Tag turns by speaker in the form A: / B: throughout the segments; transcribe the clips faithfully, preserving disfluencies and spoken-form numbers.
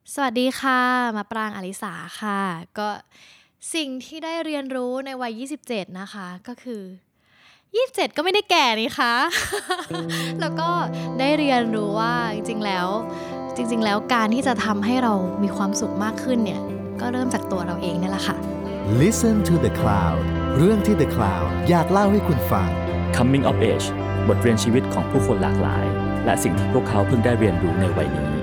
A: สวัสดีค่ะมาปรางอลิสาค่ะก็สิ่งที่ได้เรียนรู้ในวัยยี่สิบเจ็ดนะคะก็คือยี่สิบเจ็ดก็ไม่ได้แก่นี่คะ แล้วก็ได้เรียนรู้ว่าจริงๆแล้วจริงๆแล้วการที่จะทำให้เรามีความสุขมากขึ้นเนี่ยก็เริ่มจากตัวเราเองนี่แหละค่ะ
B: Listen to the Cloud เรื่องที่ The Cloud อยากเล่าให้คุณฟัง
C: Coming of Age บทเรียนชีวิตของผู้คนหลากหลายและสิ่งที่พวกเขาเพิ่งได้เรียนรู้ในวัยนี้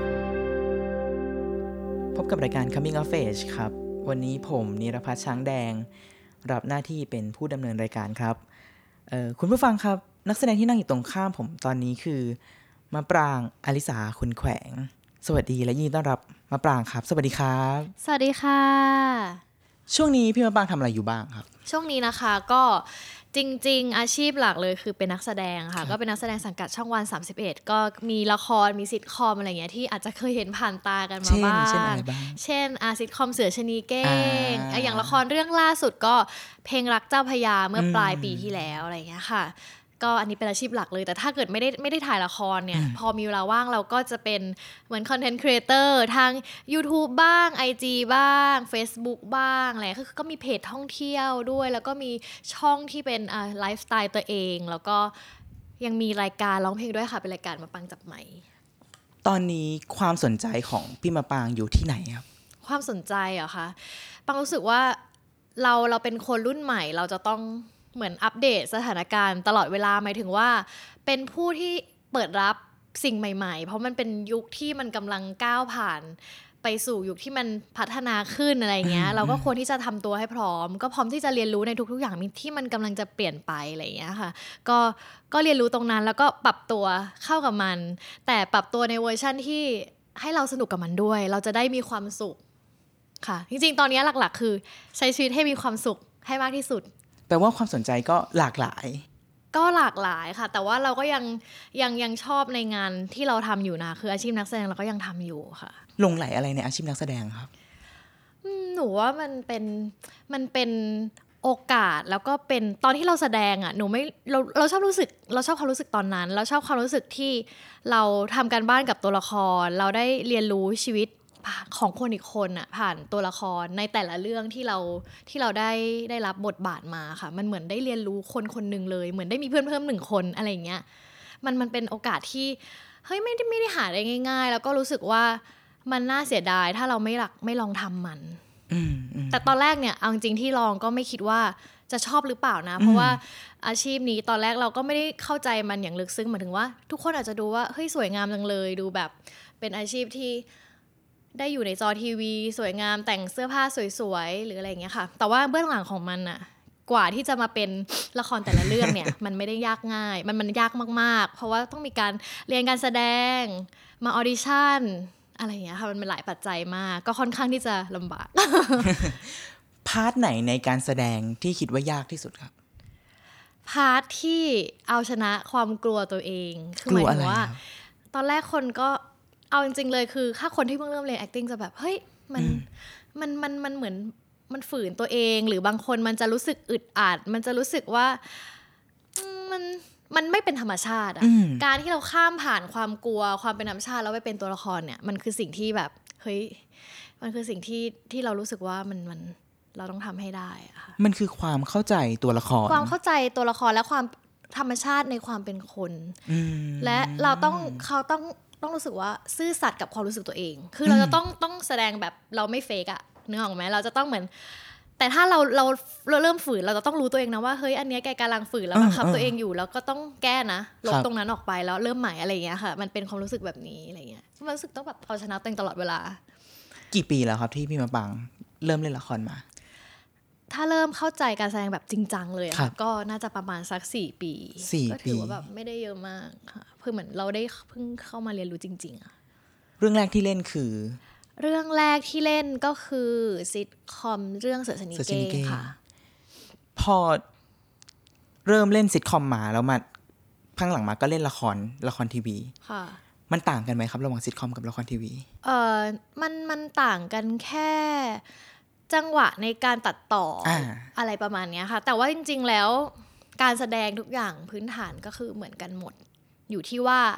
D: พบกับรายการ Coming of Age ครับวันนี้ผมนิรพัฒน์ช้างแดงรับหน้าที่เป็นผู้ดำเนินรายการครับเอ่อคุณผู้ฟังครับนักแสดงที่นั่งอยู่ตรงข้ามผมตอนนี้คือมะปรางอลิสาคุณแขวงสวัสดีและยินดีต้อนรับมะปรางครับสวัสดีครับ
A: สวัสดีค่ะ
D: ช่วงนี้พี่มะปรางทำอะไรอยู่บ้างครับ
A: ช่วงนี้นะคะก็จริงๆอาชีพหลักเลยคือเป็นนักแสดงค่ะก็เป็นนักแสดงสังกัดช่องวันสามสิบเอ็ดก็มีละครมีซิทคอมอะไรเงี้ยที่อาจจะเคยเห็นผ่านตากันมาบ้างเช่นอะไรบ้างเช่นอาซิทคอมเสือชะนีเก้งอย่างละครเรื่องล่าสุดก็เพลงรักเจ้าพระยาเมื่อปลายปีที่แล้วอะไรเงี้ยค่ะก็อันนี้เป็นอาชีพหลักเลยแต่ถ้าเกิดไม่ได้ไม่ได้ถ่ายละครเนี่ยพอมีเวลาว่างเราก็จะเป็นเหมือนคอนเทนต์ครีเอเตอร์ทาง YouTube บ้าง ไอ จี บ้าง Facebook บ้างอะไรคือก็มีเพจท่องเที่ยวด้วยแล้วก็มีช่องที่เป็นอ่าไลฟ์สไตล์ตัวเองแล้วก็ยังมีรายการร้องเพลงด้วยค่ะเป็นรายการมาปังจับไมค์
D: ตอนนี้ความสนใจของพี่มะปรางอยู่ที่ไหนครับ
A: ความสนใจเหรอคะปังรู้สึกว่าเราเราเป็นคนรุ่นใหม่เราจะต้องเหมือนอัปเดตสถานการณ์ตลอดเวลาหมายถึงว่าเป็นผู้ที่เปิดรับสิ่งใหม่ๆเพราะมันเป็นยุคที่มันกำลังก้าวผ่านไปสู่ยุคที่มันพัฒนาขึ้นอะไรเงี้ยเราก็ควรที่จะทำตัวให้พร้อมก็พร้อมที่จะเรียนรู้ในทุกๆอย่างที่มันกำลังจะเปลี่ยนไปอะไรเงี้ยค่ะก็ก็เรียนรู้ตรงนั้นแล้วก็ปรับตัวเข้ากับมันแต่ปรับตัวในเวอร์ชั่นที่ให้เราสนุกกับมันด้วยเราจะได้มีความสุขค่ะจริงๆตอนนี้หลักๆคือใช้ชีวิตให้มีความสุขให้มากที่สุด
D: แปลว่าความสนใจก็หลากหลาย
A: ก็หลากหลายค่ะแต่ว่าเราก็ยังยังยังชอบในงานที่เราทำอยู่นะคืออาชีพนักแสดงเราก็ยังทำอยู่ค่ะ
D: หลงไหลอะไรในอาชีพนักแสดงครับ
A: หนูว่ามันเป็นมันเป็นโอกาสแล้วก็เป็นตอนที่เราแสดงอ่ะหนูไม่เราเราชอบรู้สึกเราชอบความรู้สึกตอนนั้นเราชอบความรู้สึกที่เราทำการบ้านกับตัวละครเราได้เรียนรู้ชีวิตของคนอีกคนอ่ะผ่านตัวละครในแต่ละเรื่องที่เราที่เราได้ได้รับบทบาทมาค่ะมันเหมือนได้เรียนรู้คนคนหนึ่งเลยเหมือนได้มีเพื่อนเพิ่มหนึ่งคนอะไรอย่างเงี้ยมันมันเป็นโอกาสที่เฮ้ยไม่ได้ไม่ได้หาได้ง่ายๆแล้วก็รู้สึกว่ามันน่าเสียดายถ้าเราไม่หลักไม่ลองทำมันแต่ตอนแรกเนี่ยเอาจริงที่ลองก็ไม่คิดว่าจะชอบหรือเปล่านะเพราะว่าอาชีพนี้ตอนแรกเราก็ไม่ได้เข้าใจมันอย่างลึกซึ้งหมายถึงว่าทุกคนอาจจะดูว่าเฮ้ยสวยงามจังเลยดูแบบเป็นอาชีพที่ได้อยู่ในจอทีวีสวยงามแต่งเสื้อผ้าสวยๆหรืออะไรอย่างเงี้ยค่ะแต่ว่าเบื้องหลังของมันอะกว่าที่จะมาเป็นละครแต่ละเรื่องเนี่ย มันไม่ได้ยากง่ายมันมันยากมากๆเพราะว่าต้องมีการเรียนการแสดงมาออดิชั่นอะไรอย่างเงี้ยค่ะมันเป็นหลายปัจจัยมากก็ค่อนข้างที่จะลำบาก
D: พาร์ทไหนในการแสดงที่คิดว่ายากที่สุดครับ
A: พาร์ทที่เอาชนะความกลัวตัวเองคือหมายถึงว่าตอนแรกคนก็เอาจริงๆเลยคือถ้าคนที่เพิ่งเริ่มเรียน acting จะแบบเฮ้ยมันมันมันมันเหมือนมันฝืนตัวเองหรือบางคนมันจะรู้สึกอึดอัดมันจะรู้สึกว่ามันมันไม่เป็นธรรมชาติอ่ะการที่เราข้ามผ่านความกลัวความเป็นธรรมชาติแล้วไปเป็นตัวละครเนี่ยมันคือสิ่งที่แบบเฮ้ยมันคือสิ่งที่ที่เรารู้สึกว่ามันมันเราต้องทำให้ได้อะค่ะ
D: มันคือความเข้าใจตัวละคร
A: ความเข้าใจตัวละครและความธรรมชาติในความเป็นคนและเราต้องเขาต้องต้องรู้สึกว่าซื่อสัตย์กับความรู้สึกตัวเองคือเราจะต้องต้องแสดงแบบเราไม่เฟกอะนึกออกไหมเราจะต้องเหมือนแต่ถ้าเราเราเราเริ่มฝืนเราจะต้องรู้ตัวเองนะว่าเฮ้ยอันนี้แกกำลังฝืนแล้วบังคับตัวเองอยู่แล้วก็ต้องแก้นะลบตรงนั้นออกไปแล้วเริ่มใหม่อะไรอย่างเงี้ยค่ะมันเป็นความรู้สึกแบบนี้อะไรเงี้ยมันรู้สึกต้องแบบเอาชนะตัวเองตลอดเวลา
D: กี่ปีแล้วครับที่พี่มะปรางเริ่มเล่นละครมา
A: ถ้าเริ่มเข้าใจการแสดงแบบจริงจังเลยก็น่าจะประมาณสักสี่ปีก็ถือว่าแบบไม่ได้เยอะมากค่ะเพื่อเหมือนเราได้เพิ่งเข้ามาเรียนรู้จริงๆอะ
D: เรื่องแรกที่เล่นคือ
A: เรื่องแรกที่เล่นก็คือซิทคอมเรื่องเสือชะนีเก้งค่ะ
D: พอเริ่มเล่นซิทคอมมาแล้วมาพังหลังมาก็เล่นละครละครทีวี
A: ค่ะ
D: มันต่างกันไหมครับระหว่างซิทคอมกับละครทีวี
A: เอ่อมันมันต่างกันแค่จังหวะในการตัดต่อ อ, อะไรประมาณนี้ค่ะแต่ว่าจริงๆแล้วการแสดงทุกอย่างพื้นฐานก็คือเหมือนกันหมดอยู่ที่ว่า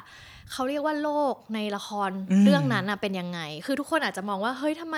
A: เขาเรียกว่าโลกในละครเรื่องนั้นน่ะเป็นยังไงคือทุกคนอาจจะมองว่าเฮ้ยทำไม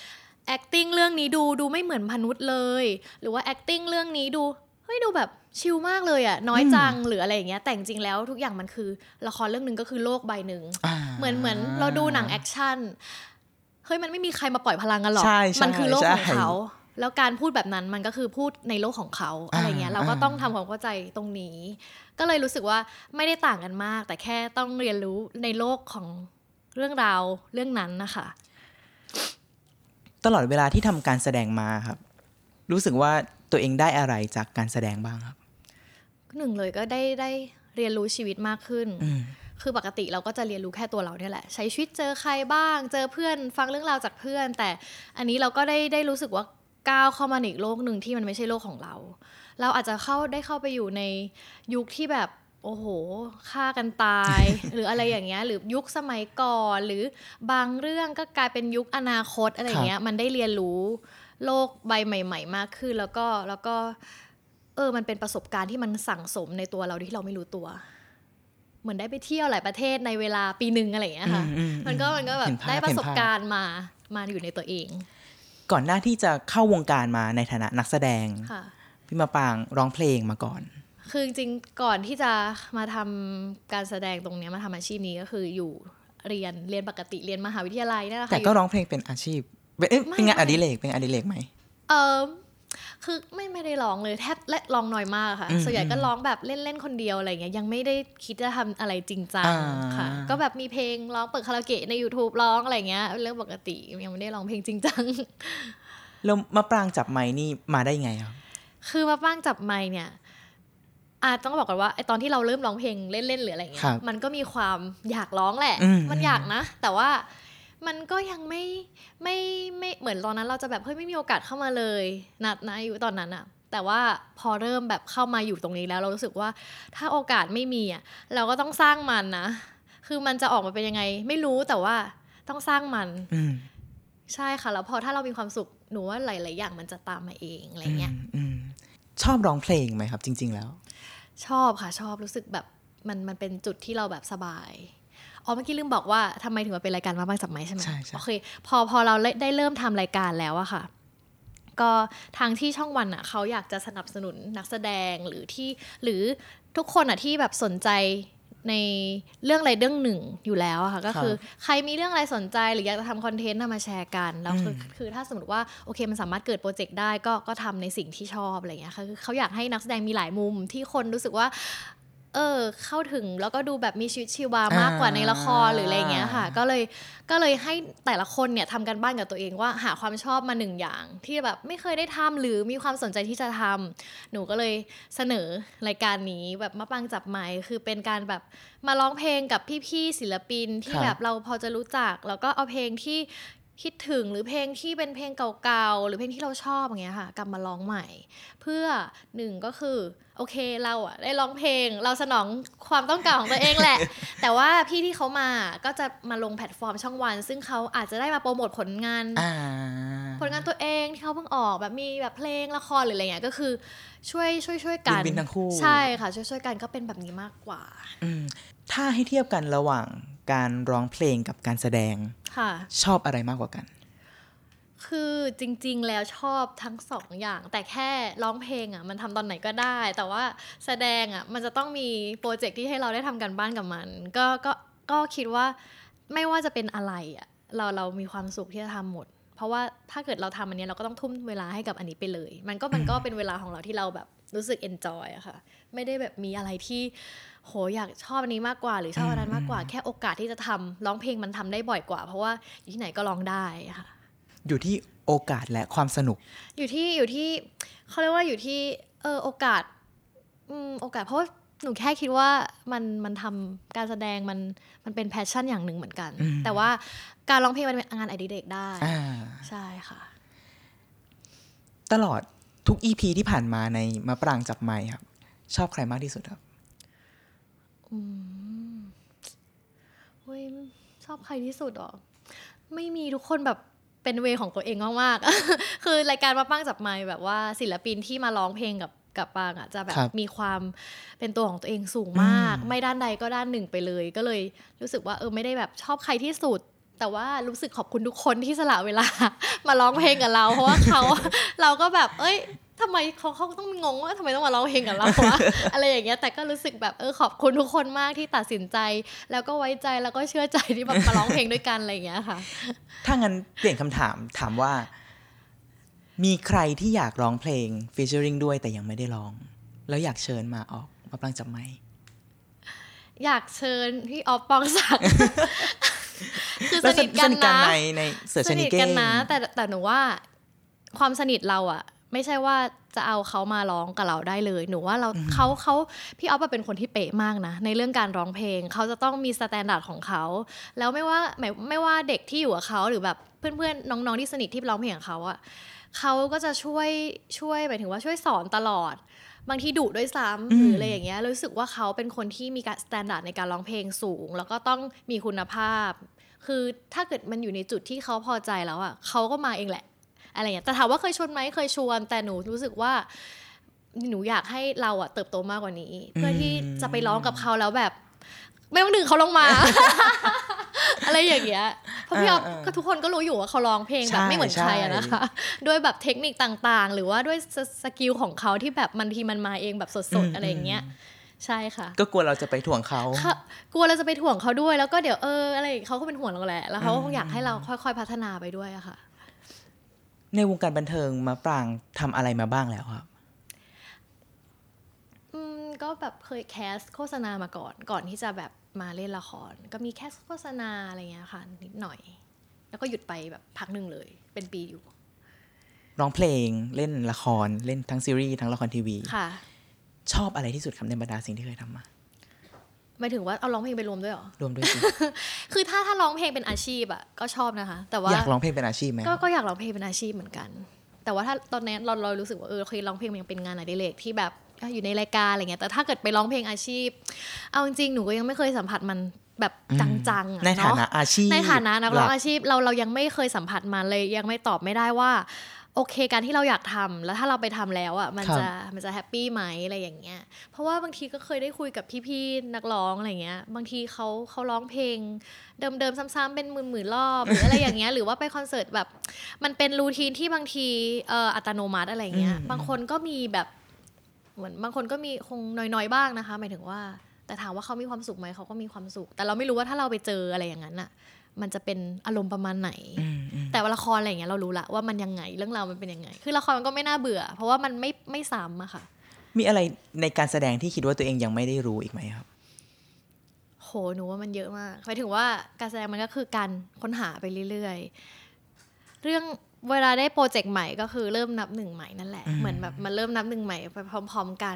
A: acting เรื่องนี้ดูดูไม่เหมือนมนุษย์เลยหรือว่า acting เรื่องนี้ดูเฮ้ยดูแบบชิลมากเลยอ่ะน้อยจังหรืออะไรอย่างเงี้ยแต่จริงๆแล้วทุกอย่างมันคือละครเรื่องนึงก็คือโลกใบนึงเหมือนเหมือนเราดูหนังแอคชั่นเฮ้ยมันไม่มีใครมาปล่อยพลังกันหรอกมันคือโลกของเขาแล้วการพูดแบบนั้นมันก็คือพูดในโลกของเขาอะไรเงี้ยเราก็ต้องทำความเข้าใจตรงนี้ก็เลยรู้สึกว่าไม่ได้ต่างกันมากแต่แค่ต้องเรียนรู้ในโลกของเรื่องราวเรื่องนั้นนะคะ
D: ตลอดเวลาที่ทำการแสดงมาครับรู้สึกว่าตัวเองได้อะไรจากการแสดงบ้างครับ
A: หนึ่งเลยก็ได้ได้เรียนรู้ชีวิตมากขึ้นคือปกติเราก็จะเรียนรู้แค่ตัวเราเนี่ยแหละใช้ชีวิตเจอใครบ้างเจอเพื่อนฟังเรื่องราวจากเพื่อนแต่อันนี้เราก็ได้ได้รู้สึกว่าก้าวเข้ามาในอีกโลกหนึ่งที่มันไม่ใช่โลกของเราเราอาจจะเข้าได้เข้าไปอยู่ในยุคที่แบบโอ้โหฆ่ากันตาย หรืออะไรอย่างเงี้ยหรือยุคสมัยก่อนหรือบางเรื่องก็กลายเป็นยุคอนาคตอะไรอย่างเงี้ยมันได้เรียนรู้โลกใบใหม่ๆมากขึ้นแล้วก็แล้วก็เออมันเป็นประสบการณ์ที่มันสั่งสมในตัวเราที่เราไม่รู้ตัวเหมือนได้ไปเที่ยวหลายประเทศในเวลาปีนึงอะไรอย่างเงี้ยค่ะมันก็มันก็แบบได้ประสบการณ์มามาอยู่ในตัวเอง
D: ก่อนหน้าที่จะเข้าวงการมาในฐานะนักแสดงพี่มะปรางร้องเพลงมาก่อน
A: คือจริงๆก่อนที่จะมาทำการแสดงตรงนี้มาทำอาชีพนี้ก็คืออยู่เรียนเรียนปกติเรียนมหาวิทยาลัยนั่นแหละค่ะ
D: แต่ก็ร้องเพลงเป็นอาชีพเป็นเป็นงานอดิเรกเป็นอดิเรกไหม
A: เออคือไม่ไม่ได้ร้องเลยแทบและร้องน้อยมากค่ะส่วนใหญ่ก็ร้องแบบเล่นๆคนเดียวอะไรเงี้ยยังไม่ได้คิดจะทำอะไรจริงจังค่ะก็แบบมีเพลงร้องเปิดคาราโอเกะใน YouTube ร้องอะไรเงี้ยเรื่องปกติยังไม่ได้ร้องเพลงจริงจัง
D: แล้วมะปรางจับไมค์นี่มาได้ไงครับ
A: คือมะปรางจับไมค์เนี่ยอาต้องบอกก่อนว่าไอตอนที่เราเริ่มร้องเพลงเล่นๆหรืออะไรเงี้ยมันก็มีความอยากร้องแหละมันอยากนะแต่ว่ามันก็ยังไม่ไม่ไม่เหมือนตอนนั้นเราจะแบบเฮ้ยไม่มีโอกาสเข้ามาเลยนัดนะอยู่ตอนนั้นอะแต่ว่าพอเริ่มแบบเข้ามาอยู่ตรงนี้แล้วเรารู้สึกว่าถ้าโอกาสไม่มีอะเราก็ต้องสร้างมันนะคือมันจะออกมาเป็นยังไงไม่รู้แต่ว่าต้องสร้างมันใช่ค่ะแล้วพอถ้าเรามีความสุขหนูว่าหลายๆอย่างมันจะตามมาเองอะไรเงี้ย
D: ชอบร้องเพลงไหมครับจริงๆแล้ว
A: ชอบค่ะชอบรู้สึกแบบมันมันเป็นจุดที่เราแบบสบายอ๋อเมื่อกี้ลืมบอกว่าทำไมถึงมาเป็นรายการมาบ้างจับไม้ใช่ไหม
D: ใช่ใช่
A: โอเคพอพอเราได้เริ่มทำรายการแล้วอะค่ะก็ทางที่ช่องวันอะเขาอยากจะสนับสนุนนักแสดงหรือที่หรือทุกคนอะที่แบบสนใจในเรื่องอะไรเรื่องหนึ่งอยู่แล้วอะค่ะก็คือใครมีเรื่องอะไรสนใจหรืออยากจะทำคอนเทนต์มาแชร์กันแล้วคือคือถ้าสมมติว่าโอเคมันสามารถเกิดโปรเจกต์ได้ก็ก็ทำในสิ่งที่ชอบอะไรอย่างเงี้ยค่ะคือเขาอยากให้นักแสดงมีหลายมุมที่คนรู้สึกว่าเออเข้าถึงแล้วก็ดูแบบมีชีวิตชีวามากกว่าในละครหรืออะไรอย่างเงี้ยค่ะก็เลยก็เลยให้แต่ละคนเนี่ยทำกันบ้านกับตัวเองว่าหาความชอบมาหนึ่งอย่างที่แบบไม่เคยได้ทำหรือมีความสนใจที่จะทำหนูก็เลยเสนอรายการนี้แบบมะปรางจับไมค์คือเป็นการแบบมาร้องเพลงกับพี่ๆศิลปินที่แบบเราพอจะรู้จักแล้วก็เอาเพลงที่คิดถึงหรือเพลงที่เป็นเพลงเก่าๆหรือเพลงที่เราชอบอย่างเงี้ยค่ะกลับมาร้องใหม่เพื่อหนึ่งก็คือโอเคเราอะได้ร้องเพลงเราสนองความต้องการของตัวเองแหละ แต่ว่าพี่ที่เขามาก็จะมาลงแพลตฟอร์มช่องวันซึ่งเขาอาจจะได้มาโปรโมทผลงานผลงานตัวเองที่เขาเพิ่งออกแบบมีแบบเพลงละครหรืออะไรเงี้ยก็คือช่วยช่วยช่วยกันใช่ค่ะช่วยช่วยกันก็เป็นแบบนี้มากกว่า
D: ถ้าให้เทียบกันระหว่างการร้องเพลงกับการแสดงชอบอะไรมากกว่ากัน
A: คือจริงๆแล้วชอบทั้งสองอย่างแต่แค่ร้องเพลงอ่ะมันทำตอนไหนก็ได้แต่ว่าแสดงอ่ะมันจะต้องมีโปรเจกต์ที่ให้เราได้ทำกันบ้านกับมันก็ก็ก็คิดว่าไม่ว่าจะเป็นอะไรอ่ะเราเรามีความสุขที่จะทำหมดเพราะว่าถ้าเกิดเราทำอันนี้เราก็ต้องทุ่มเวลาให้กับอันนี้ไปเลยมันก็มันก็เป็นเวลาของเราที่เราแบบรู้สึกเอนจอยอะค่ะไม่ได้แบบมีอะไรที่โหอยากชอบอันนี้มากกว่าหรือชอบอันนั้นมากกว่าแค่โอกาสที่จะทำร้องเพลงมันทำได้บ่อยกว่าเพราะว่าอยู่ที่ไหนก็ร้องได้ค่ะ
D: อยู่ที่โอกาสและความสนุก
A: อยู่ที่อยู่ที่เขาเรียกว่าอยู่ที่เออโอกาสอืมโอกาสเพราะหนูแค่คิดว่ามันมันทำการแสดงมันมันเป็นแพชชั่นอย่างหนึ่งเหมือนกันแต่ว่าการร้องเพลงมันเป็นงานอดิเรกได้ใช่ค่ะ
D: ตลอดทุก อี พี ที่ผ่านมาในมะปรางจับไมค์ครับชอบใครมากที่สุดครับ
A: อืมเฮ้ยชอบใครที่สุดหรอไม่มีทุกคนแบบเป็นเวของตัวเองมากๆ คือรายการมะปรางจับไมค์แบบว่าศิลปินที่มาร้องเพลงกับกับปางอ่ะจะแบบ
D: ครับ
A: มีความเป็นตัวของตัวเองสูงมาก
D: อืม
A: ไม่ด้านใดก็ด้านหนึ่งไปเลยก็เลยรู้สึกว่าเออไม่ได้แบบชอบใครที่สุด แต่ว่ารู้สึกขอบคุณทุกคนที่สละเวลา มาร้องเพลงกับเรา เพราะว่าเขา เราก็แบบเอ้ยทำไมเขาเขาต้องงงว่าทำไมต้องมาร้องเพลงกับเราวะ อะไรอย่างเงี้ยแต่ก็รู้สึกแบบเออขอบคุณทุกคนมากที่ตัดสินใจ แล้วก็ไว้ใจแล้วก็เชื่อใจที่แบบมาร้องเพลงด้วยกันอะไรอย่างเงี้ยค่ะ
D: ถ้างั้นเปลี่ยนคำถามถามว่า มีใครที่อยากร้องเพลงฟีเจอริงด้วยแต่ยังไม่ได้ร้อง แล้วอยากเชิญมาออกมาปรางจับไมค์
A: อยากเชิญพี่ออฟปองศักดิ์ คือส
D: แล้ว
A: นิทกันนะ
D: ในในเสิร์ช
A: ส
D: นิ
A: นิท
D: เก้
A: กัน
D: ง
A: นะแต่แต่หนูว่าความสนิทเราอะไม่ใช่ว่าจะเอาเขามาร้องกับเราได้เลยหนูว่าเราเขาเขาพี่ออฟเป็นคนที่เป๊ะมากนะในเรื่องการร้องเพลงเขาจะต้องมีสแตนดาร์ดของเขาแล้วไม่ว่าไม่ไม่ว่าเด็กที่อยู่กับเขาหรือแบบเพื่อนๆน้องๆที่สนิทที่ร้องเพลงกับเขาอะเขาก็จะช่วยช่วยหมายถึงว่าช่วยสอนตลอดบางทีดุด้วยซ้ำหรืออะไรอย่างเงี้ยรู้สึกว่าเขาเป็นคนที่มีการสแตนดาร์ดในการร้องเพลงสูงแล้วก็ต้องมีคุณภาพคือถ้าเกิดมันอยู่ในจุดที่เขาพอใจแล้วอ่ะเขาก็มาเองแหละอะไรอย่างเงี้ยแต่ถามว่าเคยชวนไหมเคยชวนแต่หนูรู้สึกว่าหนูอยากให้เราอ่ะเติบโตมากกว่านี้เพื่อที่จะไปร้องกับเขาแล้วแบบไม่ต้องดึงเขาลงมา อะไรอย่างเงี้ยเพราะพี่อ๊อฟก็ทุกคนก็รู้อยู่ว่าเขาร้องเพลงแบบไม่เหมือนใครอะนะคะด้วยแบบเทคนิคต่างๆหรือว่าด้วยสกิลของเขาที่แบบบางทีมันมาเองแบบสดๆอะไรอย่างเงี้ยใช่ค่ะ
D: ก็กลัวเราจะไปถ่วงเขา
A: กลัวเราจะไปถ่วงเขาด้วยแล้วก็เดี๋ยวเอออะไรเขาก็เป็นห่วงเราแหละแล้วเขาก็คงอยากให้เราค่อยๆพัฒนาไปด้วยอะค่ะ
D: ในวงการบันเทิงมะปรางทำอะไรมาบ้างแล้วครับ
A: อืมก็แบบเคยแคสโฆษณามาก่อนก่อนที่จะแบบมาเล่นละครก็มีแคสโฆษณาอะไรเงี้ยค่ะนิดหน่อยแล้วก็หยุดไปแบบพักหนึ่งเลยเป็นปีอยู่
D: ร้องเพลงเล่นละครเล่นทั้งซีรีส์ทั้งละครทีวี
A: ค่ะ
D: ชอบอะไรที่สุดครับในบรรดาสิ่งที่เคยทำมา
A: หมายถึงว่าเอาร้องเพลงไปรวมด้วยเหรอ
D: รวมด้วยสิ
A: คือถ้าถ้าร้องเพลงเป็นอาชีพอะก็ชอบนะคะแต่ว่า
D: อยากร้องเพลงเป็นอาชีพไหม
A: ก็ก็อยากร้องเพลงเป็นอาชีพเหมือนกันแต่ว่าถ้าตอนนี้เราเรารู้สึกว่าเออเคยร้องเพลงมันยังเป็นงานอดิเรกที่แบบอยู่ในรายการอะไรเงี้ยแต่ถ้าเกิดไปร้องเพลงอาชีพเอาจริงๆหนูก็ยังไม่เคยสัมผัสมันแบบจังๆอะ
D: ในฐานะอาชีพ
A: ในฐานะนักร้องอาชีพเราเรายังไม่เคยสัมผัสมันเลยยังไม่ตอบไม่ได้ว่าโอเคการที่เราอยากทำแล้วถ้าเราไปทำแล้วอ่ะมันจะมันจะแฮปปี้ไหมอะไรอย่างเงี้ยเพราะว่าบางทีก็เคยได้คุยกับพี่ๆนักร้องอะไรเงี้ยบางทีเขาเขาร้องเพลงเดิมๆซ้ำๆเป็นหมื่นๆรอบหรืออะไรอย่างเงี้ยหรือว่าไปคอนเสิร์ตแบบมันเป็นรูทีนที่บางทีเอ่ออัตโนมัติอะไรเงี้ยบางคนก็มีแบบเหมือนบางคนก็มีคงน้อยๆบ้างนะคะหมายถึงว่าแต่ถามว่าเขามีความสุขไหมเขาก็มีความสุขแต่เราไม่รู้ว่าถ้าเราไปเจออะไรอย่างนั้นอ่ะมันจะเป็นอารมณ์ประมาณไหนแต่ว่าละครอะไรอย่างเงี้ยเรารู้ละว่ามันยังไงเรื่องราวมันเป็นยังไงคือละครมันก็ไม่น่าเบื่อเพราะว่ามันไม่ไม่ซ้ำอะค่ะ
D: มีอะไรในการแสดงที่คิดว่าตัวเองยังไม่ได้รู้อีกไหมครับ
A: โหหนูว่ามันเยอะมากหมายถึงว่าการแสดงมันก็คือการค้นหาไปเรื่อยๆเรื่องเวลาได้โปรเจกต์ใหม่ก็คือเริ่มนับหนึ่งใหม่นั่นแหละเหมือนแบบมันเริ่มนับหนึ่งใหม่ไปพร้อมๆกัน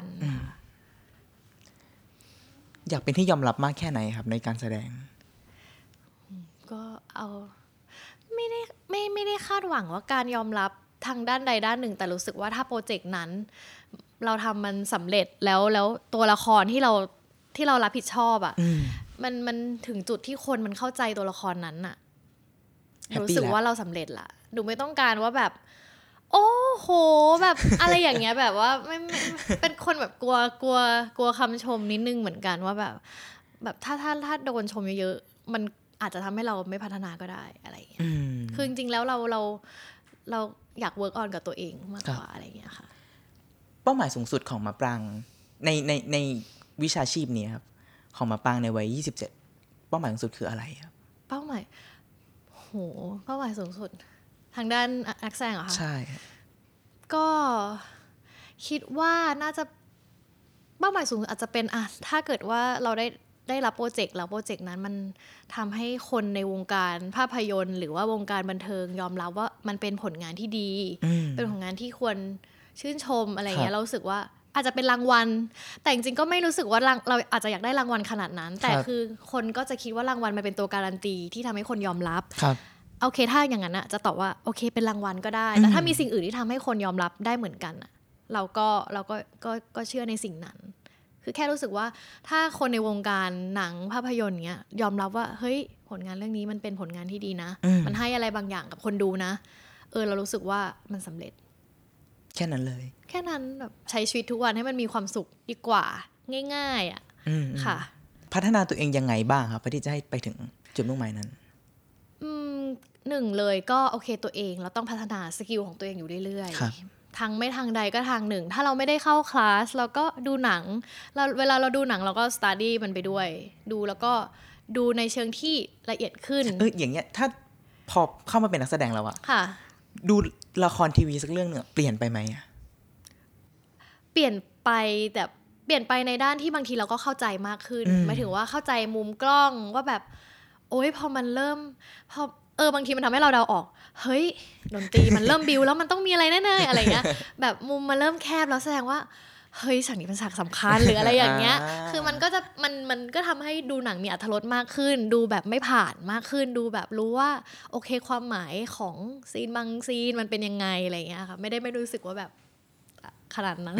D: อยากเป็นที่ยอมรับมากแค่ไหนครับในการแสดง
A: ก็เอาไม่ได้ไม่ไม่ได้คาดหวังว่าการยอมรับทางด้านใดด้านหนึ่งแต่รู้สึกว่าถ้าโปรเจกต์นั้นเราทำมันสำเร็จแล้วแล้วตัวละครที่เราที่เรารับผิดชอบอ่ะมันมันถึงจุดที่คนมันเข้าใจตัวละครนั้นอ่ะรู้สึกว่าเราสำเร็จละหนูไม่ต้องการว่าแบบโอ้โหแบบอะไรอย่างเงี้ยแบบว่าไม่เป็นคนแบบกลัวกลัวกลัวคำชมนิดนึงเหมือนกันว่าแบบแบบถ้าถ้าถ้าโดนชมเยอะๆมันอาจจะทำให้เราไม่พัฒนาก็ได้อะไรอย่างเงี้ยคือจริงๆแล้วเราเราเราอยาก work on กับตัวเองมากกว่าอะไรอย่างเงี้ยค่ะ
D: เป้าหมายสูงสุดของมะปรางในในในวิชาชีพนี้ครับของมะปรางในวัยยี่สิบเจ็ดเป้าหมายสูงสุดคืออะไรครับ
A: เป้าหมายโหเป้าหมายสูงสุดทางด้านนักแสดงเหรอคะ
D: ใช่
A: ก็คิดว่าน่าจะเป้าหมายสูงอาจจะเป็นอ่ะถ้าเกิดว่าเราได้ได้รับโปรเจกต์แล้วโปรเจกต์นั้นมันทำให้คนในวงการภาพยนตร์หรือว่าวงการบันเทิงยอมรับว่ามันเป็นผลงานที่ดีเป็นผลงานที่ควรชื่นชมอะไรเงี้ยเรารู้สึกว่าอาจจะเป็นรางวัลแต่จริงๆก็ไม่รู้สึกว่าเราอาจจะอยากได้รางวัลขนาดนั้นแต่คือคนก็จะคิดว่ารางวัลมันเป็นตัวการันตีที่ทำให้คนยอมรับโอเคถ้าอย่างนั้นอะจะตอบว่าโอเคเป็นรางวัลก็ได้แต่ถ้ามีสิ่งอื่นที่ทำให้คนยอมรับได้เหมือนกันอะเราก็เราก็ก็ก็เชื่อในสิ่งนั้นคือแค่รู้สึกว่าถ้าคนในวงการหนังภาพยนตร์เงี้ยยอมรับว่าเฮ้ยผลงานเรื่องนี้มันเป็นผลงานที่ดีนะมันให้อะไรบางอย่างกับคนดูนะเออเรารู้สึกว่ามันสำเร็จ
D: แค่นั้นเลย
A: แค่นั้นแบบใช้ชีวิตทุกวันให้มันมีความสุขดีกว่าง่ายๆอ่ะค่ะ
D: พัฒนาตัวเองยังไงบ้างครับเพื่อที่จะให้ไปถึงจุดมุ่งหมายนั้น
A: อืมหนึ่งเลยก็โอเคตัวเองเราต้องพัฒนาสกิลของตัวเองอยู่เรื่อยๆทางไม่ทางใดก็ทางหนึ่งถ้าเราไม่ได้เข้าคลาสเราก็ดูหนังเราเวลาเราดูหนังเราก็สตัดดี้มันไปด้วยดูแล้วก็ดูในเชิงที่ละเอียดขึ้น
D: เอออย่างเงี้ยถ้าพอเข้ามาเป็นนักแสดงแล้วอะ
A: ค่ะ
D: ดูละครทีวีสักเรื่องนึงเปลี่ยนไปไหมอะ
A: เปลี่ยนไปแต่เปลี่ยนไปในด้านที่บางทีเราก็เข้าใจมากขึ้นหมายถึงว่าเข้าใจมุมกล้องว่าแบบโอ๊ยพอมันเริ่มพอเออบางทีมันทำให้เราเดาออกเฮ้ยดนตรีมันเริ่มบิวแล้วมันต้องมีอะไรแน่ๆอะไรเงี้ยแบบมุมมันเริ่มแคบแล้วแสดงว่าเฮ้ยฉากนี้เป็นฉากสำคัญหรืออะไรอย่างเงี้ยคือมันก็จะมันมันก็ทำให้ดูหนังมีอรรถรสมากขึ้นดูแบบไม่ผ่านมากขึ้นดูแบบรู้ว่าโอเคความหมายของซีนบางซีนมันเป็นยังไงอะไรเงี้ยค่ะไม่ได้ไม่รู้สึกว่าแบบขนาดนั้น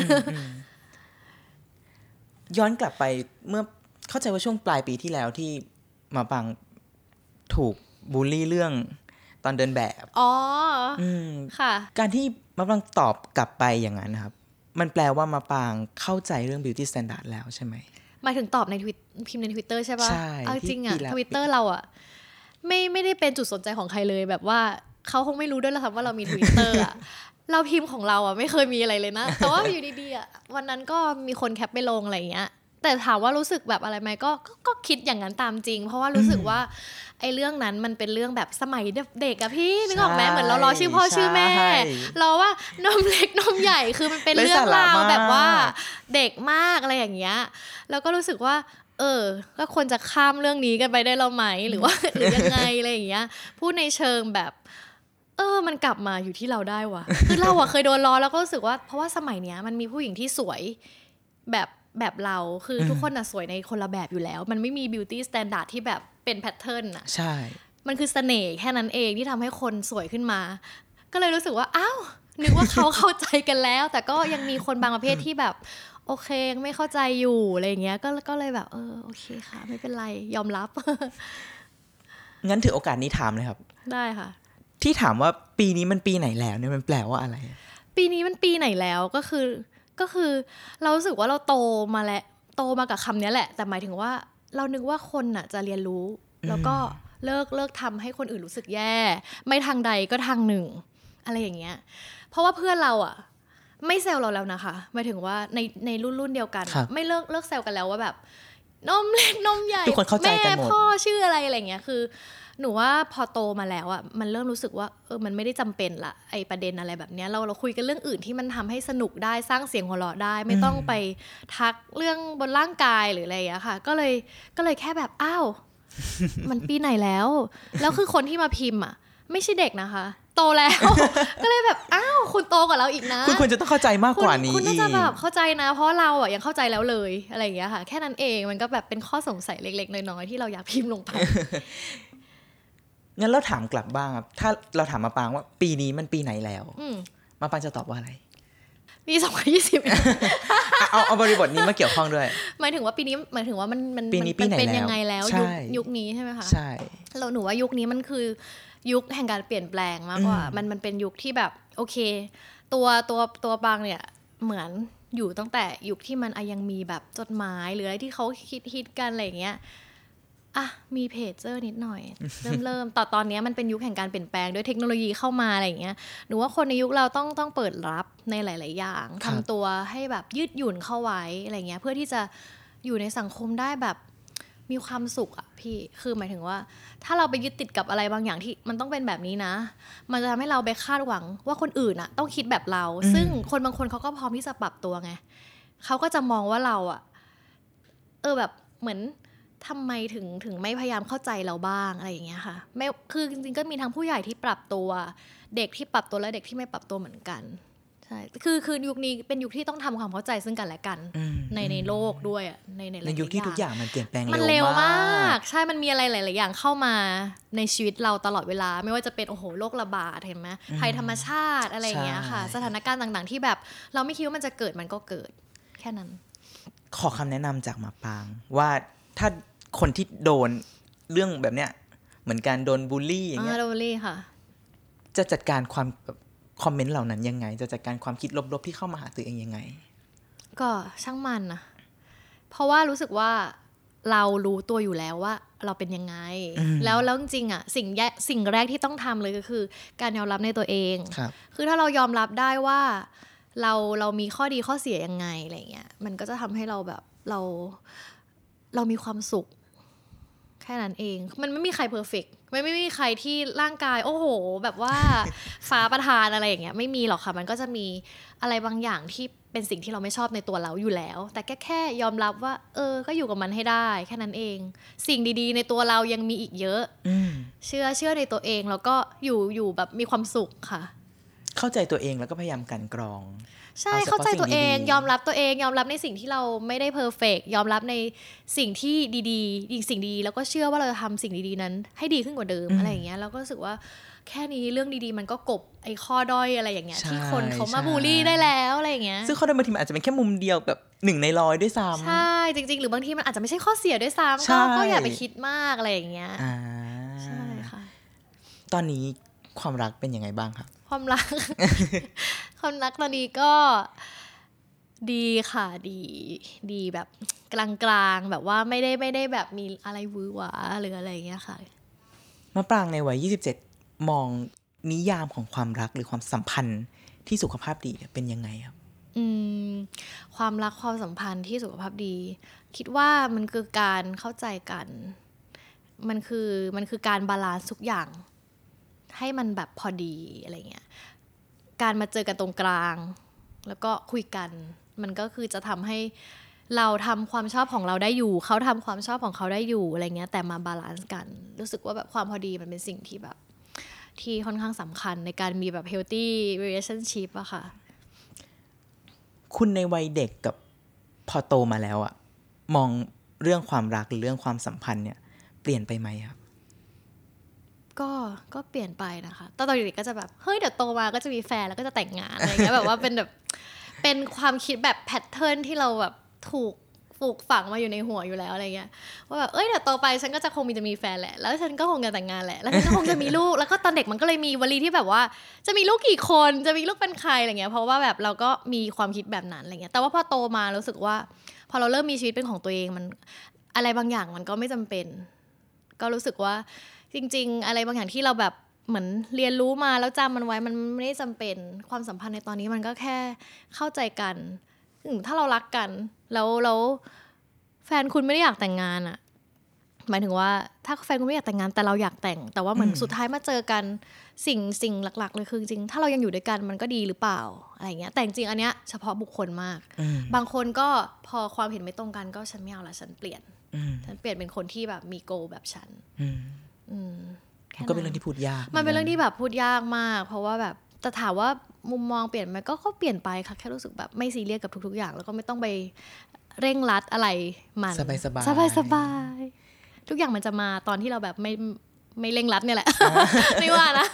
D: ย้อนกลับไปเมื่อเข้าใจว่าช่วงปลายปีที่แล้วที่มาปังถูกบูลลี่เรื่องตอนเดินแบบ
A: อ๋ออืมค่ะ
D: การที่มาปังตอบกลับไปอย่างนั้นครับมันแปลว่ามาปังเข้าใจเรื่อง beauty standard แล้วใช่ไหม
A: หมายถึงตอบในทวิตพิมพ์ใน Twitter ใช่ป่ะใช่เอาจริงอ่ะ Twitter เราอ่ะไม่ไม่ได้เป็นจุดสนใจของใครเลยแบบว่าเขาคงไม่รู้ด้วยหรอกครับว่าเรามี Twitter อ่ะเราพิมพ์ของเราอ่ะไม่เคยมีอะไรเลยนะแต่ว่าอยู่ดีๆอ่ะวันนั้นก็มีคนแคปไปลงอะไรอย่างเงี้ยแต่ถามว่ารู้สึกแบบอะไรไหมก็ก็คิดอย่างนั้นตามจริงเพราะว่ารู้สึกว่าไอ้เรื่องนั้นมันเป็นเรื่องแบบสมัยเด็กอะพี่นึกออกไหมเหมือนเรารอชื่อพ่อชื่อแม่เราว่านมเล็กนมใหญ่คือมันเป็นเรื่องราวแบบว่าเด็กมากอะไรอย่างเงี้ยแล้วก็รู้สึกว่าเออก็ควรจะข้ามเรื่องนี้กันไปได้แล้วไหมหรือว่าหรือยังไงอะไรอย่างเงี้ยพูดในเชิงแบบเออมันกลับมาอยู่ที่เราได้ว่ะคือเราอะเคยโดนล้อแล้วก็รู้สึกว่าเพราะว่าสมัยเนี้ยมันมีผู้หญิงที่สวยแบบแบบเราคือทุกคนน่ะสวยในคนละแบบอยู่แล้วมันไม่มีบิวตี้สแตนดาร์ดที่แบบเป็นแพทเทิร์นน่ะ
D: ใช่
A: มันคือเสน่ห์แค่นั้นเองที่ทำให้คนสวยขึ้นมาก็เลยรู้สึกว่าอ้าวนึกว่าเขาเข้าใจกันแล้วแต่ก็ยังมีคนบางประเภทที่แบบโอเคยังไม่เข้าใจอยู่อะไรอย่างเงี้ยก็ก็เลยแบบเออโอเคค่ะไม่เป็นไรยอมรับ
D: งั้นถือโอกาสนี้ถามเลยครับ
A: ได้ค่ะ
D: ที่ถามว่าปีนี้มันปีไหนแล้วเนี่ยมันแปลว่าอะไร
A: ปีนี้มันปีไหนแล้วก็คือก็คือเรารู้สึกว่าเราโตมาแล้วโตมากับคำนี้แหละแต่หมายถึงว่าเรานึกว่าคนน่ะจะเรียนรู้แล้วก็เลิกเลิกทำให้คนอื่นรู้สึกแย่ไม่ทางใดก็ทางหนึ่งอะไรอย่างเงี้ยเพราะว่าเพื่อนเราอ่ะไม่แซวเราแล้วนะคะหมายถึงว่าในในรุ่นรุ่นเดียวกันไม่เลิกเลิกแซวกันแล้วว่าแบบนมเล็กนมใหญ่
D: ทุกคนเข้าใจกันหมด
A: แม่พ่อชื่ออะไรอะไรเงี้ยคือหนูว่าพอโตมาแล้วอ่ะมันเริ่มรู้สึกว่าเออมันไม่ได้จำเป็นละไอประเด็นอะไรแบบเนี้ยเราเราคุยกันเรื่องอื่นที่มันทำให้สนุกได้สร้างเสียงหัวเราะได้ไม่ต้องไปทักเรื่องบนร่างกายหรืออะไรอย่างเงี้ยค่ะก็เลยก็เลยแค่แบบอ้าวมันปีไหนแล้วแล้วคือคนที่มาพิมพ์อ่ะไม่ใช่เด็กนะคะโตแล้วก็เลยแบบอ้าวคุณโตกว่าเราอีกนะ
D: คุณควรจะต้องเข้าใจมากกว่านี้
A: คุณน่าจะแบบเข้าใจนะเพราะเราอ่ะยังเข้าใจแล้วเลยอะไรอย่างเงี้ยค่ะแค่นั้นเองมันก็แบบเป็นข้อสงสัยเล็กๆน้อยๆที่เราอยากพิมพ์ลงไป
D: งั้นเราถามกลับบ้างครับถ้าเราถามมาปางว่าปีนี้มันปีไหนแล้วมาปางจะตอบว่าอะไร
A: ปีสองพันยี่สิบ
D: เอาเอาบริบทนี้มาเกี่ยวข้องด้วย
A: หมายถึงว่าปีนี้หมายถึงว่ามันมัน
D: เป็น
A: ยังไงแล้วยุคยุคนี้ใช่ไหมคะ
D: ใช่
A: เราหนูว่ายุคนี้มันคือยุคแห่งการเปลี่ยนแปลงมากกว่ามันมันเป็นยุคที่แบบโอเคตัวตัวตัวบางเนี่ยเหมือนอยู่ตั้งแต่ยุคที่มันยังมีแบบจดหมายหรืออะไรที่เขาคิดฮิตกันอะไรอย่างเงี้ยอ่ะมีเพจเจอร์นิดหน่อยเริ่มเริ่มต่อตอนนี้มันเป็นยุคแห่งการเปลี่ยนแปลงด้วยเทคโนโลยีเข้ามาอะไรอย่างเงี้ยหนูว่าคนในยุคเราต้องต้องเปิดรับในหลายๆอย่างทำตัวให้แบบยืดหยุ่นเข้าไว้อะไรเงี้ยเพื่อที่จะอยู่ในสังคมได้แบบมีความสุขอ่ะพี่คือหมายถึงว่าถ้าเราไปยึดติดกับอะไรบางอย่างที่มันต้องเป็นแบบนี้นะมันจะทำให้เราไปคาดหวังว่าคนอื่นอ่ะต้องคิดแบบเราซึ่งคนบางคนเขาก็พร้อมที่จะปรับตัวไงเขาก็จะมองว่าเราอ่ะเออแบบเหมือนทำไมถึงถึงไม่พยายามเข้าใจเราบ้างอะไรอย่างเงี้ยค่ะไม่คือจริงๆก็มีทั้งผู้ใหญ่ที่ปรับตัวเด็กที่ปรับตัวและเด็กที่ไม่ปรับตัวเหมือนกันใช่คือคือยุคนี้เป็นยุคที่ต้องทำความเข้าใจซึ่งกันและกันในในโลกด้วยอ่ะในใน
D: ในยุคที่ทุกอย่างมันเปลี่ยนแปลงเร็วมาก
A: มันเร็วมากใช่มันมีอะไรหลายๆอย่างเข้ามาในชีวิตเราตลอดเวลาไม่ว่าจะเป็นโอ้โหโรคระบาดเห็นไหมภัยธรรมชาติอะไรอย่างเงี้ยค่ะสถานการณ์ต่างๆที่แบบเราไม่คิดว่ามันจะเกิดมันก็เกิดแค่นั้น
D: ขอคำแนะนำจากมาปางว่าถ้าคนที่โดนเรื่องแบบเนี้ยเหมือนการโดนบูลลี่อย่างเงี้ย
A: โดนบูลลี่ค่ะ
D: จะจัดการความคอมเมนต์เหล่านั้นยังไงจะจัดการความคิดลบๆที่เข้ามาหาตัวเองยังไง
A: ก็ช่างมันนะเพราะว่ารู้สึกว่าเรารู้ตัวอยู่แล้วว่าเราเป็นยังไงแล้วแล้วจริงๆอ่ะสิ่งแยสิ่งแรกที่ต้องทำเลยก็คือการยอมรับในตัวเองคือถ้าเรายอมรับได้ว่าเราเรามีข้อดีข้อเสียยังไงอะไรเงี้ยมันก็จะทำให้เราแบบเราเรามีความสุขแค่นั้นเองมันไม่มีใครเพอร์เฟกต์ไม่ไม่มีใครที่ร่างกายโอ้โหแบบว่า ฟ้าประทานอะไรอย่างเงี้ยไม่มีหรอกค่ะมันก็จะมีอะไรบางอย่างที่เป็นสิ่งที่เราไม่ชอบในตัวเราอยู่แล้วแต่แค่แค่ยอมรับว่าเออก็อยู่กับมันให้ได้แค่นั้นเองสิ่งดีๆในตัวเรายังมีอีกเยอะเชื่อเชื่อในตัวเองแล้วก็อยู่อยู่แบบมีความสุขค่ะ
D: เข้าใจตัวเองแล้วก็พยายามกลั่นกรอง
A: ใช่เข้าใจตัวเองยอมรับตัวเองยอมรับในสิ่งที่เราไม่ได้เพอร์เฟกต์ยอมรับในสิ่งที่ดีๆอีกสิ่งดีแล้วก็เชื่อว่าเราจะทำสิ่งดีๆนั้นให้ดีขึ้นกว่าเดิม อ, อะไรอย่างเงี้ยเราก็รู้สึกว่าแค่นี้เรื่องดีๆมันก็กบไอ้ข้อด้อยอะไรอย่างเงี้ยที่คนเขามาบูลลี่ได้แล้วอะไรอย่างเงี้ย
D: ซึ่งข้อด้อยบางทีมันอาจจะเป็นแค่มุมเดียวแบบหนึ่งในร้อยด้วยซ้ำ
A: ใช่จริงๆหรือบางทีมันอาจจะไม่ใช่ข้อเสียด้วยซ้ำก็ก็อย่าไปคิดมากอะไรอย่างเงี้ยใช่ค่ะ
D: ตอนนี้ความรักเป็นยังไงบ้างครับ
A: ความรัก ความรักตอนนี้ก็ดีค่ะดีดีแบบกลางๆแบบว่าไม่ได้ไม่ได้แบบมีอะไรวือหวาหรืออะไรอย่างเงี้ยค่ะ
D: มะปรางในวัยยี่สิบเจ็ดมองนิยามของความรักหรือความสัมพันธ์ที่สุขภาพดีเป็นยังไงครับ
A: อืมความรักความสัมพันธ์ที่สุขภาพดีคิดว่ามันคือการเข้าใจกันมันคือมันคือการบาลานซ์ทุกอย่างให้มันแบบพอดีอะไรเงี้ยการมาเจอกันตรงกลางแล้วก็คุยกันมันก็คือจะทำให้เราทำความชอบของเราได้อยู่เขาทำความชอบของเขาได้อยู่อะไรเงี้ยแต่มาบาลานซ์กันรู้สึกว่าแบบความพอดีมันเป็นสิ่งที่แบบที่ค่อนข้างสำคัญในการมีแบบ healthy relationship อะค่ะ
D: คุณในวัยเด็กกับพอโตมาแล้วอะมองเรื่องความรักหรือเรื่องความสัมพันธ์เนี่ยเปลี่ยนไปไหมครับ
A: ก็ก็เปลี่ยนไปนะคะตอนเด็กๆก็จะแบบเฮ้ยเดี๋ยวโตมาก็จะมีแฟนแล้วก็จะแต่งงานอะไรเงี้ยแบบว่าเป็นแบบเป็นความคิดแบบแพทเทิร์นที่เราแบบถูกปลูกฝังมาอยู่ในหัวอยู่แล้วอะไรเงี้ยว่าแบบเอ้ยเดี๋ยวโตไปฉันก็จะคงมีจะมีแฟนแหละแล้วฉันก็คงจะแต่งงานแหละแล้วฉันก็คงจะมีลูกแล้วก็ตอนเด็กมันก็เลยมีวลีที่แบบว่าจะมีลูกกี่คนจะมีลูกเป็นใครอะไรเงี้ยเพราะว่าแบบเราก็มีความคิดแบบนั้นอะไรเงี้ยแต่ว่าพอโตมารู้สึกว่าพอเราเริ่มมีชีวิตเป็นของตัวเองมันอะไรบางอย่างมันก็ไม่จำเป็นก็รู้สึกว่าจริงๆอะไรบางอย่างที่เราแบบเหมือนเรียนรู้มาแล้วจำมันไว้มันไม่ได้จำเป็นความสัมพันธ์ในตอนนี้มันก็แค่เข้าใจกันถ้าเรารักกันแล้วแล้วแฟนคุณไม่ได้อยากแต่งงานอะหมายถึงว่าถ้าแฟนคุณไม่อยากแต่งงานแต่เราอยากแต่งแต่ว่าเหมือนสุดท้ายมาเจอกันสิ่งสิ่งหลักๆเลยคือจริงถ้าเรายังอยู่ด้วยกันมันก็ดีหรือเปล่าอะไรเงี้ยแต่จริงอันเนี้ยเฉพาะบุคคลมากบางคนก็พอความเห็นไม่ตรงกันก็ฉันไม่เอาละฉันเปลี่ยนฉันเปลี่ยนเป็นคนที่แบบมีโกลแบบฉัน
D: มันก็เป็นเรื่องที่พูดยาก
A: มันเป็นเรื่องที่แบบพูดยากมากเพราะว่าแบบแต่ถามว่ามุมมองเปลี่ยนไหมก็ก็เปลี่ยนไปค่ะแค่รู้สึกแบบไม่ซีเรียสกับทุกๆอย่างแล้วก็ไม่ต้องไปเร่งรัดอะไรมัน
D: สบายสบาย
A: สบายสบายทุกอย่างมันจะมาตอนที่เราแบบไม่ไม่เร่งรัดเนี่ยแหละ ไม่ว่านะ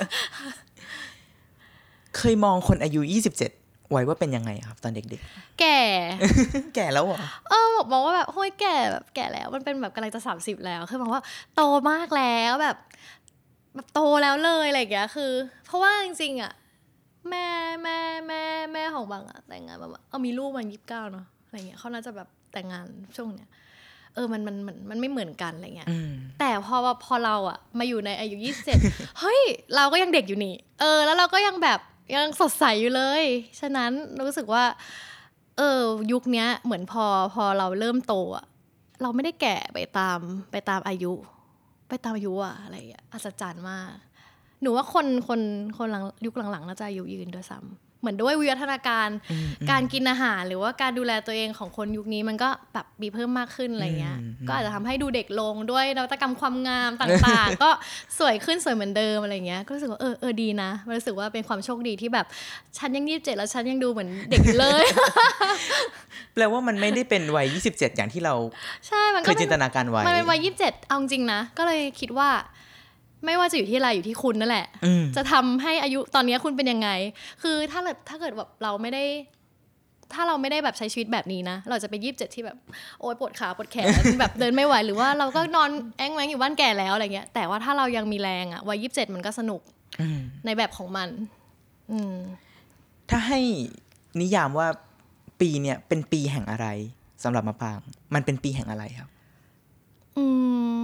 D: เคยมองคนอายุยี่สิบเจ็ดไว้ว่าเป็นยังไงครับตอนเด็ก
A: ๆแก่
D: แก่แล้วเหรอ
A: เออบอกว่าแบบโห้ยแก่แบบแก่แล้วมันเป็นแบบกำลังจะสามสิบแล้วคือบอกว่าโตมากแล้วแบบแบบโตแล้วเลยอะไรอย่างเงี้ยคือเพราะว่าจริงๆอ่ะแม่แม่แม่แม่ของบางอ่ะแต่งงานแบบเอามีลูกมันยี่สิบเก้าเนาะอะไรเงี้ยเขาน่าจะแบบแต่งงานช่วงเนี้ยเออมันมันมันมันไม่เหมือนกันอะไรเงี้ยแต่พอพอเราอ่ะมาอยู่ในอายุยี่สิบเจ็ด เฮ้ยเราก็ยังเด็กอยู่นี่เออแล้วเราก็ยังแบบยังสดใสอยู่เลยฉะนั้นรู้สึกว่าเออยุคนี้เหมือนพอพอเราเริ่มโตอ่ะเราไม่ได้แก่ไปตามไปตามอายุไปตามอายุอะอะไรอ่ะอัศจรรย์มากหนูว่าคนคนคนหลังยุคหลังๆน่าจะอายุยืนด้วยซ้ำเหมือนด้วยวิวัฒนาการการกินอาหารหรือว่าการดูแลตัวเองของคนยุคนี้มันก็แบบมีเพิ่มมากขึ้นอะไรเงี้ยก็อาจจะทำให้ดูเด็กลงด้วยนวัตกรรมความงามต่างๆ ก็สวยขึ้นสวยเหมือนเดิมอะไรเงี้ยก็รู้สึกว่าเออเออดีนะรู้สึกว่าเป็นความโชคดีที่แบบฉันยังยี่สิบเจ็ดแล้วฉันยังดูเหมือนเด็กอยู่เลย
D: แปลว่ามันไม่ได้เป็นวัยยี่สิบเจ็ดอย่างที่เรา
A: ใช่มันก็
D: เคยจินตนาการไว้
A: มันเป็นวัยยี่สิบเจ็ดเอาจริงนะก็เลยคิดว่าไม่ว่าจะอยู่ที่อะไรอยู่ที่คุณนั่นแหละจะทำให้อายุตอนนี้คุณเป็นยังไงคือถ้าเกิดถ้าเกิดแบบเราไม่ได้ถ้าเราไม่ได้แบบใช้ชีวิตแบบนี้นะเราจะเป็นยี่สิบเจ็ดที่แบบโอ๊ยปวดขาปวดแขน แบบเดินไม่ไหวหรือว่าเราก็นอนแอ้งแว้งอยู่บ้านแก่แล้วอะไรเงี้ยแต่ว่าถ้าเรายังมีแรงอะวัยยี่สิบเจ็ดมันก็สนุกในแบบของมันอืม
D: ถ้าให้นิยามว่าปีเนี่ยเป็นปีแห่งอะไรสำหรับมะปรางมันเป็นปีแห่งอะไรครับ
A: อืม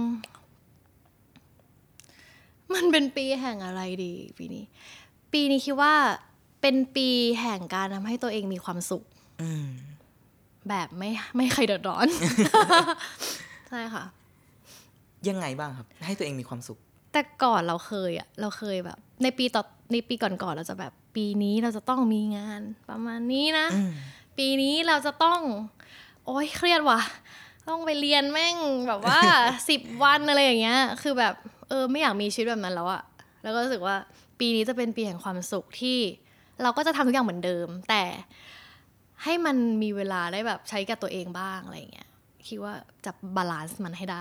A: มันเป็นปีแห่งอะไรดีปีนี้ปีนี้คิดว่าเป็นปีแห่งการทำให้ตัวเองมีความสุขแบบไม่ไม่ใครเดือดร้อน ใช่ค่ะ
D: ยังไงบ้างครับให้ตัวเองมีความสุข
A: แต่ก่อนเราเคยอ่ะเราเคยแบบในปีต่อในปีก่อนๆเราจะแบบปีนี้เราจะต้องมีงานประมาณนี้นะปีนี้เราจะต้องโอ๊ยเครียดว่ะต้องไปเรียนแม่งแบบว่า สิบวันอะไรอย่างเงี้ยคือแบบเออไม่อยากมีชีวิตแบบนั้นแล้วอะแล้วก็รู้สึกว่าปีนี้จะเป็นปีแห่งความสุขที่เราก็จะทำทุกอย่างเหมือนเดิมแต่ให้มันมีเวลาได้แบบใช้กับตัวเองบ้างอะไรอย่างเงี้ยคิดว่าจะบาลานซ์มันให้ได้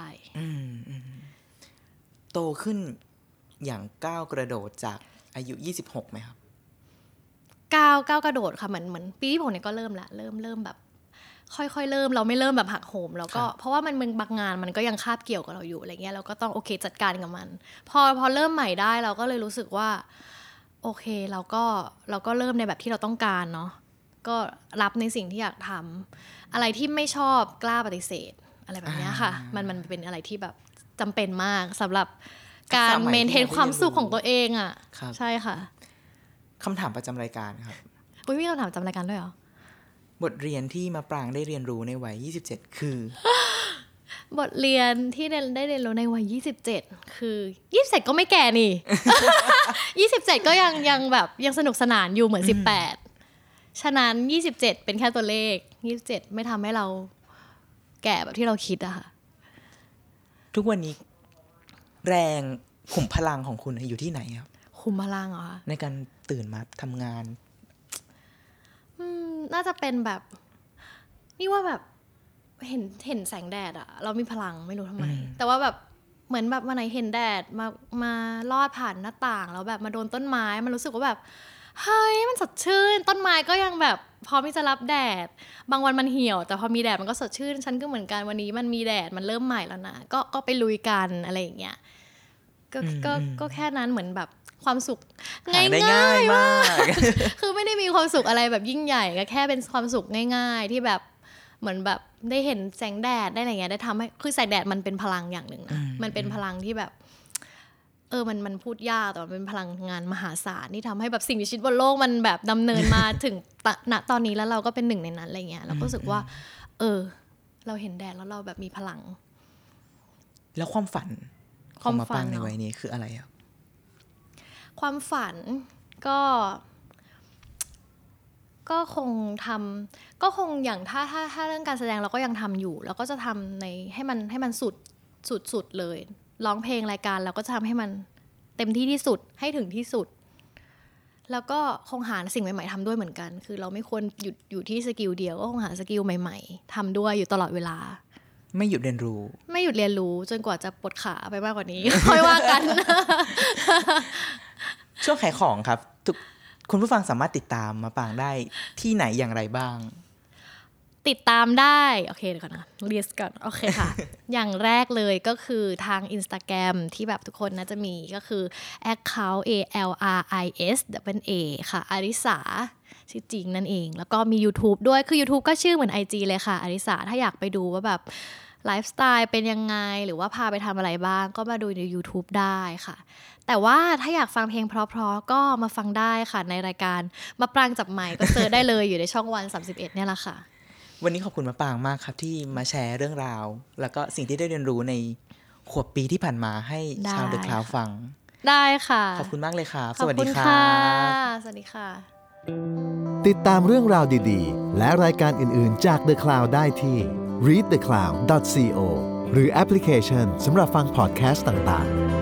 D: โตขึ้นอย่างก้าวกระโดดจากอายุยี่สิบหกไหมครับ
A: ก้าวก้าวกระโดดค่ะเหมือนเหมือนปีที่ผมเนี่ยก็เริ่มละเริ่มเริ่มแบบค่อยๆเริ่มเราไม่เริ่มแบบหักโหมแล้วก็เพราะว่ามันมึงบางงานมันก็ยังคาบเกี่ยวกับเราอยู่อะไรเงี้ยเราก็ต้องโอเคจัดการกับมันพอพอเริ่มใหม่ได้เราก็เลยรู้สึกว่าโอเคเราก็เราก็เริ่มในแบบที่เราต้องการเนาะก็รับในสิ่งที่อยากทำอะไรที่ไม่ชอบกล้าปฏิเสธอะไรแบบนี้ค่ะมันมันเป็นอะไรที่แบบจำเป็นมากสำหรับการเมนเทนความสุขของตัวเองอ่ะใช่ค่ะ
D: คำถามประจำรายการครับ
A: อุ๊ยมีคำถามประจำรายการด้วยเหรอบ
D: ทเรียนที่มะปรางได้เรียนรู้ในวัยยี่สิบเจ็ดคื
A: อบทเรียนที่ได้เรียนรู้ในวัยยี่สิบเจ็ดคือยี่สิบเจ็ดก็ไม่แก่นี่ ยี่สิบเจ็ดก็ยังยังแบบยังสนุกสนานอยู่เหมือนสิบแปดฉะนั้นยี่สิบเจ็ดเป็นแค่ตัวเลขยี่สิบเจ็ดไม่ทำให้เราแก่แบบที่เราคิดอะค่ะ
D: ทุกวันนี้แรงขุมพลังของคุณอยู่ที่ไหนครับ
A: ขุมพลังเหรอคะ
D: ในการตื่นมาทำงาน
A: อืมน่าจะเป็นแบบนี่ว่าแบบเห็นเห็นแสงแดดอะเรามีพลังไม่รู้ทำไมแต่ว่าแบบเหมือนแบบวันไหนเห็นแดดมามาลอดผ่านหน้าต่างแล้วแบบมาโดนต้นไม้มันรู้สึกว่าแบบเฮ้ยมันสดชื่นต้นไม้ก็ยังแบบพร้อมที่จะรับแดดบางวันมันเหี่ยวแต่พอมีแดดมันก็สดชื่นฉันก็เหมือนกันวันนี้มันมีแดดมันเริ่มใหม่แล้วนะก็ก็ไปลุยกันอะไรอย่างเงี้ยก็ก็ก็แค่นั้นเหมือนแบบความสุข
D: ง่ายง่ายมาก
A: คือไม่ได้มีความสุขอะไรแบบยิ่งใหญ่ก็แค่เป็นความสุขง่ายๆที่แบบเหมือนแบบได้เห็นแสงแดดได้อะไรเงี้ยได้ทำให้คือแสงแดดมันเป็นพลังอย่างหนึ่งนะมันเป็นพลังที่แบบเออมันมันพูดยากแต่มันเป็นพลังงานมหาศาลที่ทำให้แบบสิ่งมีชีวิตบนโลกมันแบบดำเนินมาถึงณตอนนี้แล้วเราก็เป็นหนึ่งในนั้นอะไรเงี้ยเราก็รู้สึกว่าเออเราเห็นแดดแล้วเราแบบมีพลัง
D: แล้วความฝันของมะปรางในวัยนี้คืออะไรครับ
A: ความฝันก็ก็คงทำก็คงอย่างถ้าถ้าถ้าเรื่องการแสดงเราก็ยังทำอยู่แล้วก็จะทำในให้มันให้มันสุดสุดสุดเลยร้องเพลงรายการเราก็จะทำให้มันเต็มที่ที่สุดให้ถึงที่สุดแล้วก็คงหาสิ่งใหม่ๆทำด้วยเหมือนกันคือเราไม่ควรหยุดอยู่ที่สกิลเดียวก็คงหาสกิลใหม่ๆทำด้วยอยู่ตลอดเวลา
D: ไม่หยุดเรียนรู้
A: ไม่หยุดเรียนรู้จนกว่าจะปวดขาไปมากกว่านี้ ค่อยว่ากัน
D: ช่วงขายของครับทุกคุณผู้ฟังสามารถติดตามมะปรางได้ที่ไหนอย่างไรบ้าง
A: ติดตามได้โอเคเดี๋ยวก่อนนะเรียนก่อนโอเคค่ะ อย่างแรกเลยก็คือทาง Instagram ที่แบบทุกคนน่าจะมีก็คือ account A L R I S double A ค่ะอาริสาชื่อจริงนั่นเองแล้วก็มี YouTube ด้วยคือ YouTube ก็ชื่อเหมือน ไอ จี เลยค่ะอาริสาถ้าอยากไปดูว่าแบบไลฟ์สไตล์เป็นยังไงหรือว่าพาไปทำอะไรบ้างก็มาดูใน YouTube ได้ค่ะแต่ว่าถ้าอยากฟังเพลงเพราะๆก็มาฟังได้ค่ะในรายการมะปรางจับไมค์ก็เซิร์ชได้เลยอยู่ในช่องวันสามสิบเอ็ดเนี่ยแหละค่ะ
D: วันนี้ขอบคุณมะปรางมากครับที่มาแชร์เรื่องราวแล้วก็สิ่งที่ได้เรียนรู้ในขวบปีที่ผ่านมาให้ชาว The Cloud ฟัง
A: ได้ค่ะ
D: ขอบคุณมากเลยครับ
A: สวัสดีค่ะสวัสดีค่ะ
B: ติดตามเรื่องราวดีๆและรายการอื่นๆจาก The Cloud ได้ที่ รีด เดอะ คลาวด์ ดอท ซี โอ หรือแอปพลิเคชันสำหรับฟังพอดแคสต์ต่างๆ